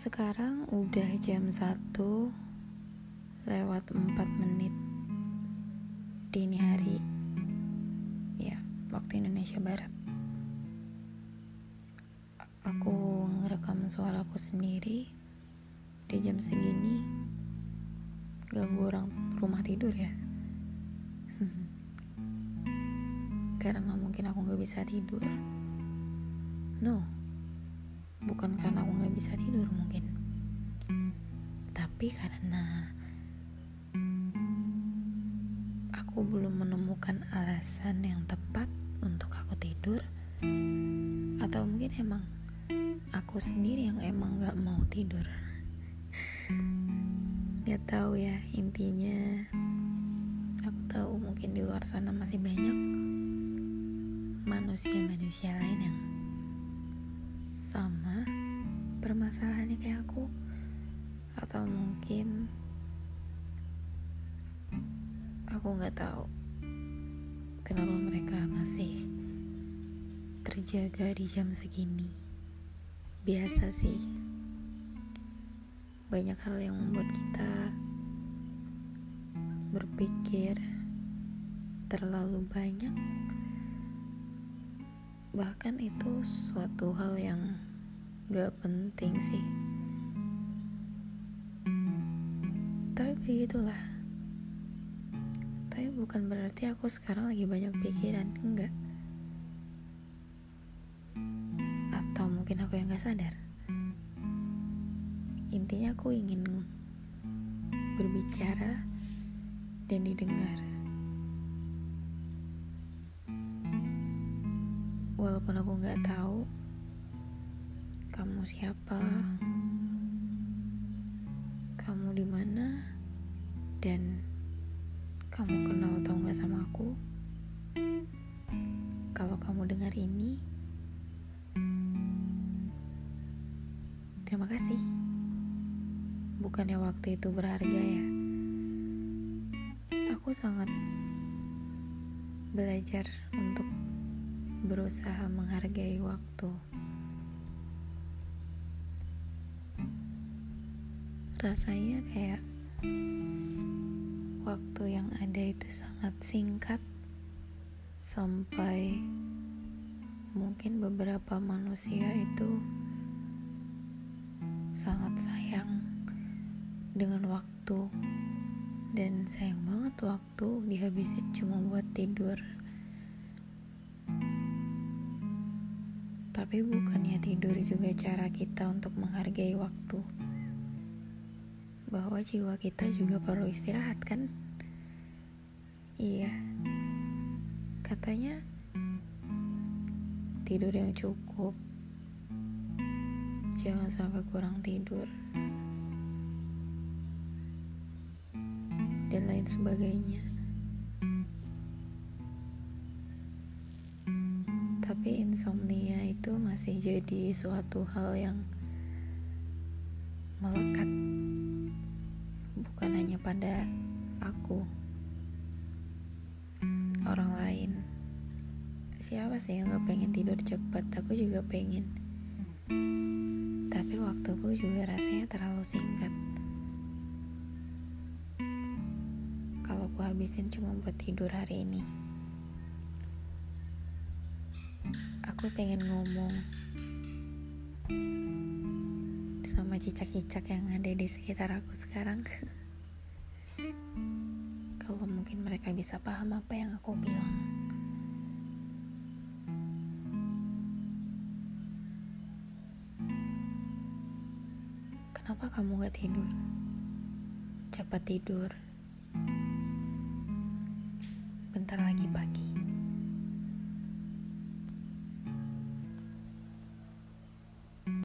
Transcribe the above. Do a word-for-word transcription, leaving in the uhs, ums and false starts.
Sekarang udah jam satu lewat empat menit dini hari. Ya, waktu Indonesia Barat. Aku ngerekam suaraku sendiri di jam segini. Ganggu orang rumah tidur ya. Karena mungkin aku gak bisa tidur. No, bukan karena aku gak bisa tidur mungkin, tapi karena aku belum menemukan alasan yang tepat untuk aku tidur. Atau mungkin emang aku sendiri yang emang gak mau tidur. Gak tahu ya, intinya aku tahu mungkin di luar sana masih banyak manusia-manusia lain yang sama permasalahannya kayak aku. Atau mungkin aku gak tahu kenapa mereka masih terjaga di jam segini. Biasa sih, banyak hal yang membuat kita berpikir terlalu banyak. Bahkan itu suatu hal yang gak penting sih. Tapi begitulah. Tapi bukan berarti aku sekarang lagi banyak pikiran. Enggak. Atau mungkin aku yang gak sadar. Intinya aku ingin berbicara dan didengar. Walaupun aku gak tahu kamu siapa, kamu di mana, dan kamu kenal atau gak sama aku. Kalau kamu dengar ini, terima kasih. Bukannya waktu itu berharga ya. Aku sangat belajar untuk berusaha menghargai waktu. Rasanya kayak waktu yang ada itu sangat singkat, sampai mungkin beberapa manusia itu sangat sayang dengan waktu, dan sayang banget waktu dihabisin cuma buat tidur. Tapi bukannya tidur juga cara kita untuk menghargai waktu, bahwa jiwa kita juga perlu istirahat kan? Iya, katanya tidur yang cukup, jangan sampai kurang tidur, dan lain sebagainya. Tapi insomnia itu masih jadi suatu hal yang melekat, bukan hanya pada aku, orang lain. Siapa sih yang gak pengen tidur cepat? Aku juga pengen. Tapi waktuku juga rasanya terlalu singkat. Kalau aku habisin cuma buat tidur hari ini. Aku pengen ngomong sama cicak-cicak yang ada di sekitar aku sekarang. Kalau mungkin mereka bisa paham apa yang aku bilang. Kenapa kamu gak tidur? Cepat tidur. Bentar lagi